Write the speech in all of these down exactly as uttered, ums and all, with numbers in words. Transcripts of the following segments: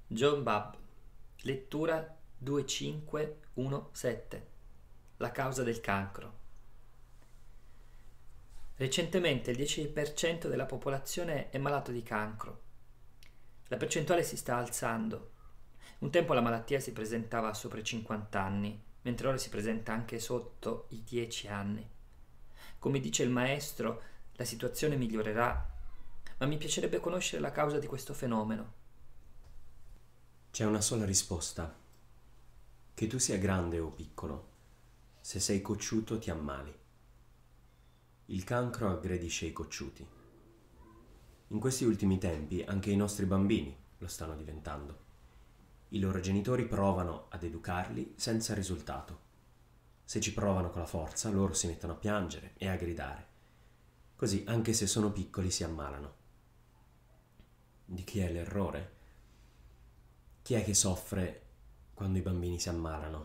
John Babb, lettura duemilacinquecentosette. La causa del cancro. Recentemente il dieci per cento della popolazione è malato di cancro. La percentuale si sta alzando. Un tempo la malattia si presentava sopra i cinquanta anni, mentre ora si presenta anche sotto i dieci anni. Come dice il maestro, la situazione migliorerà, ma mi piacerebbe conoscere la causa di questo fenomeno. C'è una sola risposta. Che tu sia grande o piccolo, se sei cocciuto ti ammali. Il cancro aggredisce i cocciuti. In questi ultimi tempi anche i nostri bambini lo stanno diventando. I loro genitori provano ad educarli senza risultato. Se ci provano con la forza, loro si mettono a piangere e a gridare. Così, anche se sono piccoli, si ammalano. Di chi è l'errore? Chi è che soffre quando i bambini si ammalano?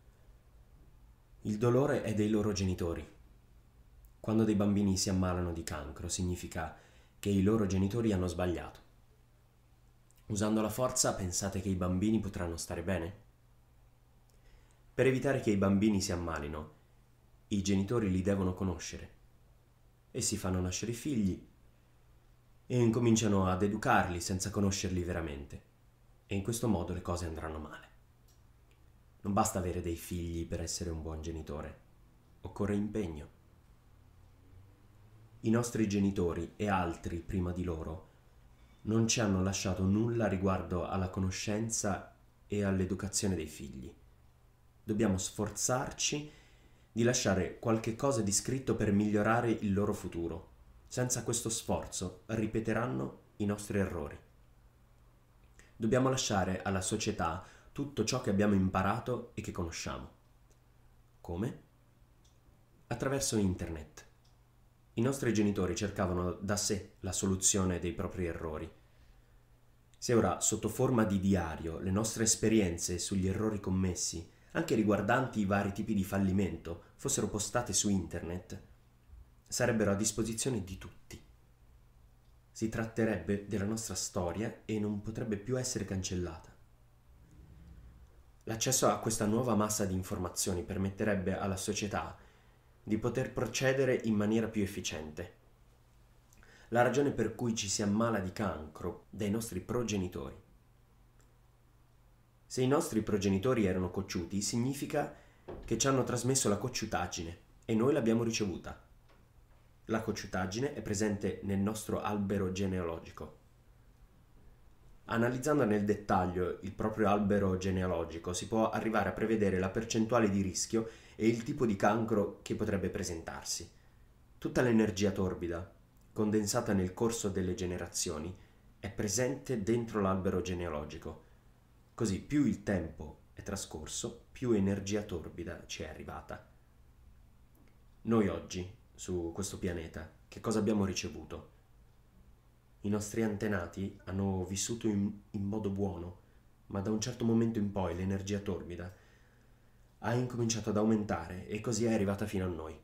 Il dolore è dei loro genitori. Quando dei bambini si ammalano di cancro, significa che i loro genitori hanno sbagliato. Usando la forza, pensate che i bambini potranno stare bene? Per evitare che i bambini si ammalino, i genitori li devono conoscere. Essi fanno nascere i figli e incominciano ad educarli senza conoscerli veramente. E in questo modo le cose andranno male. Non basta avere dei figli per essere un buon genitore. Occorre impegno. I nostri genitori e altri prima di loro non ci hanno lasciato nulla riguardo alla conoscenza e all'educazione dei figli. Dobbiamo sforzarci di lasciare qualche cosa di scritto per migliorare il loro futuro. Senza questo sforzo ripeteranno i nostri errori. Dobbiamo lasciare alla società tutto ciò che abbiamo imparato e che conosciamo. Come? Attraverso internet. I nostri genitori cercavano da sé la soluzione dei propri errori. Se ora, sotto forma di diario, le nostre esperienze sugli errori commessi, anche riguardanti i vari tipi di fallimento, fossero postate su internet, sarebbero a disposizione di tutti. Si tratterebbe della nostra storia e non potrebbe più essere cancellata. L'accesso a questa nuova massa di informazioni permetterebbe alla società di poter procedere in maniera più efficiente. La ragione per cui ci si ammala di cancro dai nostri progenitori. Se i nostri progenitori erano cocciuti, significa che ci hanno trasmesso la cocciutaggine e noi l'abbiamo ricevuta. La cocciutaggine è presente nel nostro albero genealogico. Analizzando nel dettaglio il proprio albero genealogico si può arrivare a prevedere la percentuale di rischio e il tipo di cancro che potrebbe presentarsi. Tutta l'energia torbida, condensata nel corso delle generazioni, è presente dentro l'albero genealogico. Così più il tempo è trascorso, più energia torbida ci è arrivata. Noi oggi, su questo pianeta, che cosa abbiamo ricevuto? I nostri antenati hanno vissuto in, in modo buono, ma da un certo momento in poi l'energia torbida ha incominciato ad aumentare e così è arrivata fino a noi.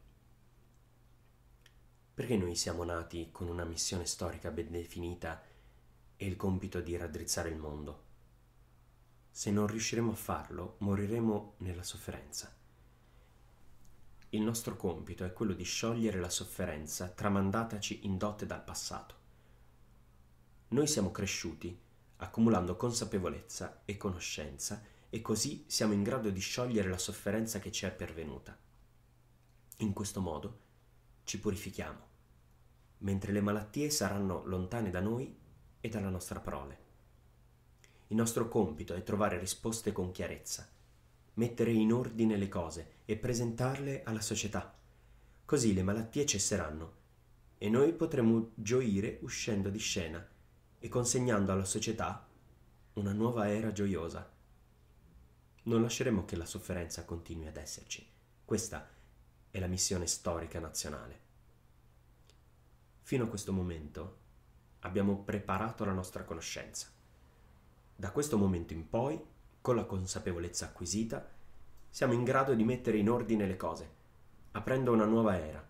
Perché noi siamo nati con una missione storica ben definita e il compito di raddrizzare il mondo? Se non riusciremo a farlo, moriremo nella sofferenza. Il nostro compito è quello di sciogliere la sofferenza tramandataci in dote dal passato. Noi siamo cresciuti accumulando consapevolezza e conoscenza e così siamo in grado di sciogliere la sofferenza che ci è pervenuta. In questo modo ci purifichiamo, mentre le malattie saranno lontane da noi e dalla nostra prole. Il nostro compito è trovare risposte con chiarezza, mettere in ordine le cose e presentarle alla società. Così le malattie cesseranno e noi potremo gioire uscendo di scena e consegnando alla società una nuova era gioiosa. Non lasceremo che la sofferenza continui ad esserci. Questa è la missione storica nazionale. Fino a questo momento abbiamo preparato la nostra conoscenza. Da questo momento in poi, con la consapevolezza acquisita, siamo in grado di mettere in ordine le cose, aprendo una nuova era.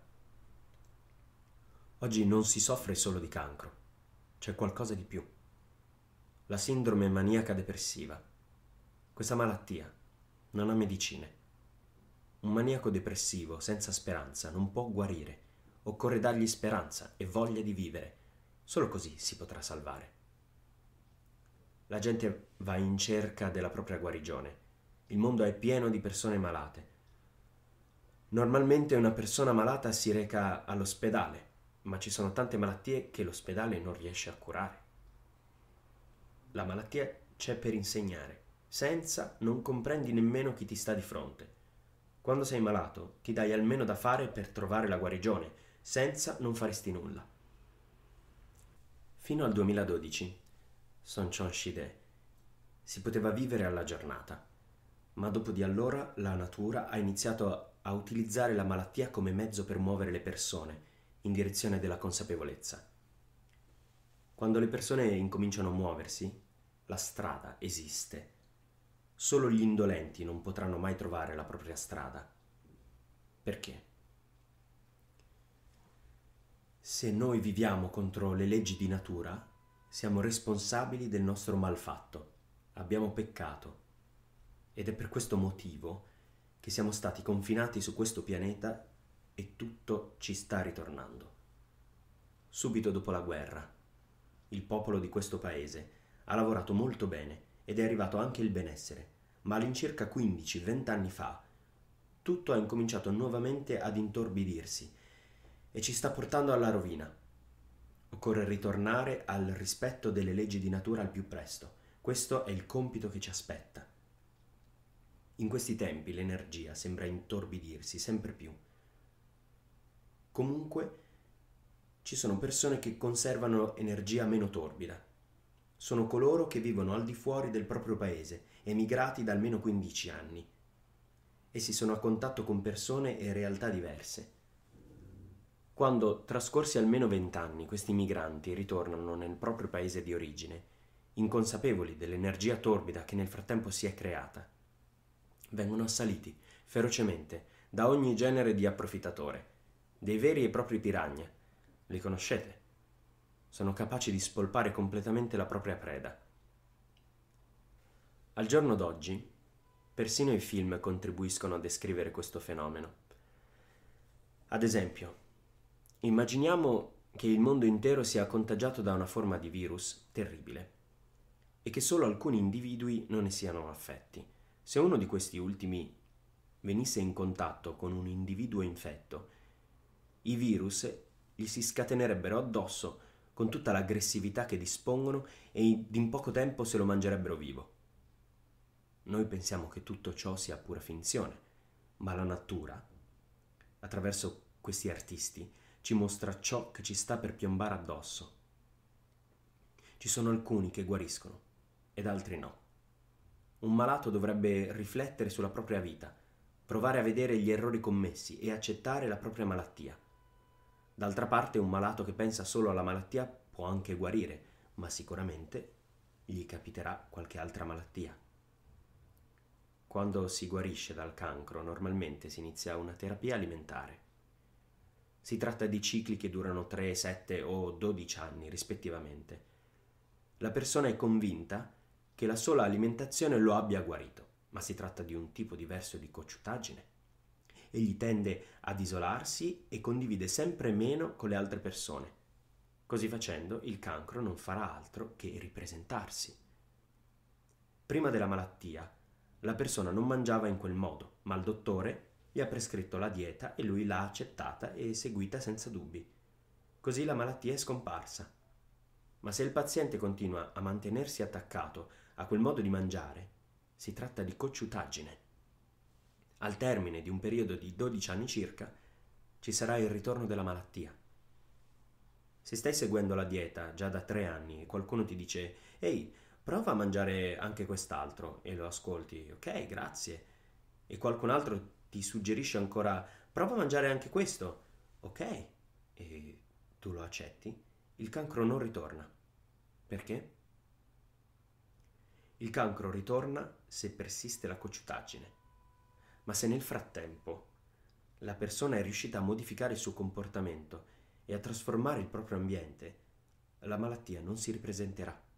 Oggi non si soffre solo di cancro, c'è qualcosa di più. la sindrome maniaca depressiva. Questa malattia non ha medicine. Un maniaco depressivo senza speranza non può guarire. Occorre dargli speranza e voglia di vivere. Solo così si potrà salvare. La gente va in cerca della propria guarigione. Il mondo è pieno di persone malate. Normalmente una persona malata si reca all'ospedale, ma ci sono tante malattie che l'ospedale non riesce a curare. La malattia c'è per insegnare. Senza non comprendi nemmeno chi ti sta di fronte. Quando sei malato ti dai almeno da fare per trovare la guarigione. Senza non faresti nulla. Fino al duemiladodici, Sonchon Shide, si poteva vivere alla giornata, ma dopo di allora la natura ha iniziato a utilizzare la malattia come mezzo per muovere le persone in direzione della consapevolezza. Quando le persone incominciano a muoversi, la strada esiste. Solo gli indolenti non potranno mai trovare la propria strada. Perché? Se noi viviamo contro le leggi di natura, siamo responsabili del nostro malfatto. Abbiamo peccato. Ed è per questo motivo che siamo stati confinati su questo pianeta e tutto ci sta ritornando. Subito dopo la guerra, il popolo di questo paese ha lavorato molto bene ed è arrivato anche il benessere, ma all'incirca quindici venti anni fa tutto ha incominciato nuovamente ad intorbidirsi e ci sta portando alla rovina. Occorre ritornare al rispetto delle leggi di natura al più presto. Questo è il compito che ci aspetta. In questi tempi l'energia sembra intorbidirsi sempre più. Comunque ci sono persone che conservano energia meno torbida. Sono coloro che vivono al di fuori del proprio paese, emigrati da almeno quindici anni. Essi sono a contatto con persone e realtà diverse. Quando, trascorsi almeno vent'anni, questi migranti ritornano nel proprio paese di origine, inconsapevoli dell'energia torbida che nel frattempo si è creata, vengono assaliti ferocemente da ogni genere di approfittatore, dei veri e propri piranha. Li conoscete? Sono capaci di spolpare completamente la propria preda. Al giorno d'oggi, persino i film contribuiscono a descrivere questo fenomeno. Ad esempio, immaginiamo che il mondo intero sia contagiato da una forma di virus terribile e che solo alcuni individui non ne siano affetti. Se uno di questi ultimi venisse in contatto con un individuo infetto, i virus gli si scatenerebbero addosso con tutta l'aggressività che dispongono e in poco tempo se lo mangerebbero vivo. Noi pensiamo che tutto ciò sia pura finzione, ma la natura, attraverso questi artisti, ci mostra ciò che ci sta per piombare addosso. Ci sono alcuni che guariscono ed altri no. Un malato dovrebbe riflettere sulla propria vita, provare a vedere gli errori commessi e accettare la propria malattia. D'altra parte, un malato che pensa solo alla malattia può anche guarire, ma sicuramente gli capiterà qualche altra malattia. Quando si guarisce dal cancro, normalmente si inizia una terapia alimentare. Si tratta di cicli che durano tre, sette o dodici anni, rispettivamente. La persona è convinta che la sola alimentazione lo abbia guarito, ma si tratta di un tipo diverso di cocciutaggine. Egli tende ad isolarsi e condivide sempre meno con le altre persone. Così facendo, il cancro non farà altro che ripresentarsi. Prima della malattia, la persona non mangiava in quel modo, ma il dottore gli ha prescritto la dieta e lui l'ha accettata e seguita senza dubbi. Così la malattia è scomparsa. Ma se il paziente continua a mantenersi attaccato a quel modo di mangiare, si tratta di cocciutaggine. Al termine di un periodo di dodici anni circa, ci sarà il ritorno della malattia. Se stai seguendo la dieta già da tre anni e qualcuno ti dice «Ehi, prova a mangiare anche quest'altro» e lo ascolti «Ok, grazie», e qualcun altro ti suggerisce ancora «Prova a mangiare anche questo», «Ok», e tu lo accetti, il cancro non ritorna. Perché? Il cancro ritorna se persiste la cocciutaggine. Ma se nel frattempo la persona è riuscita a modificare il suo comportamento e a trasformare il proprio ambiente, la malattia non si ripresenterà.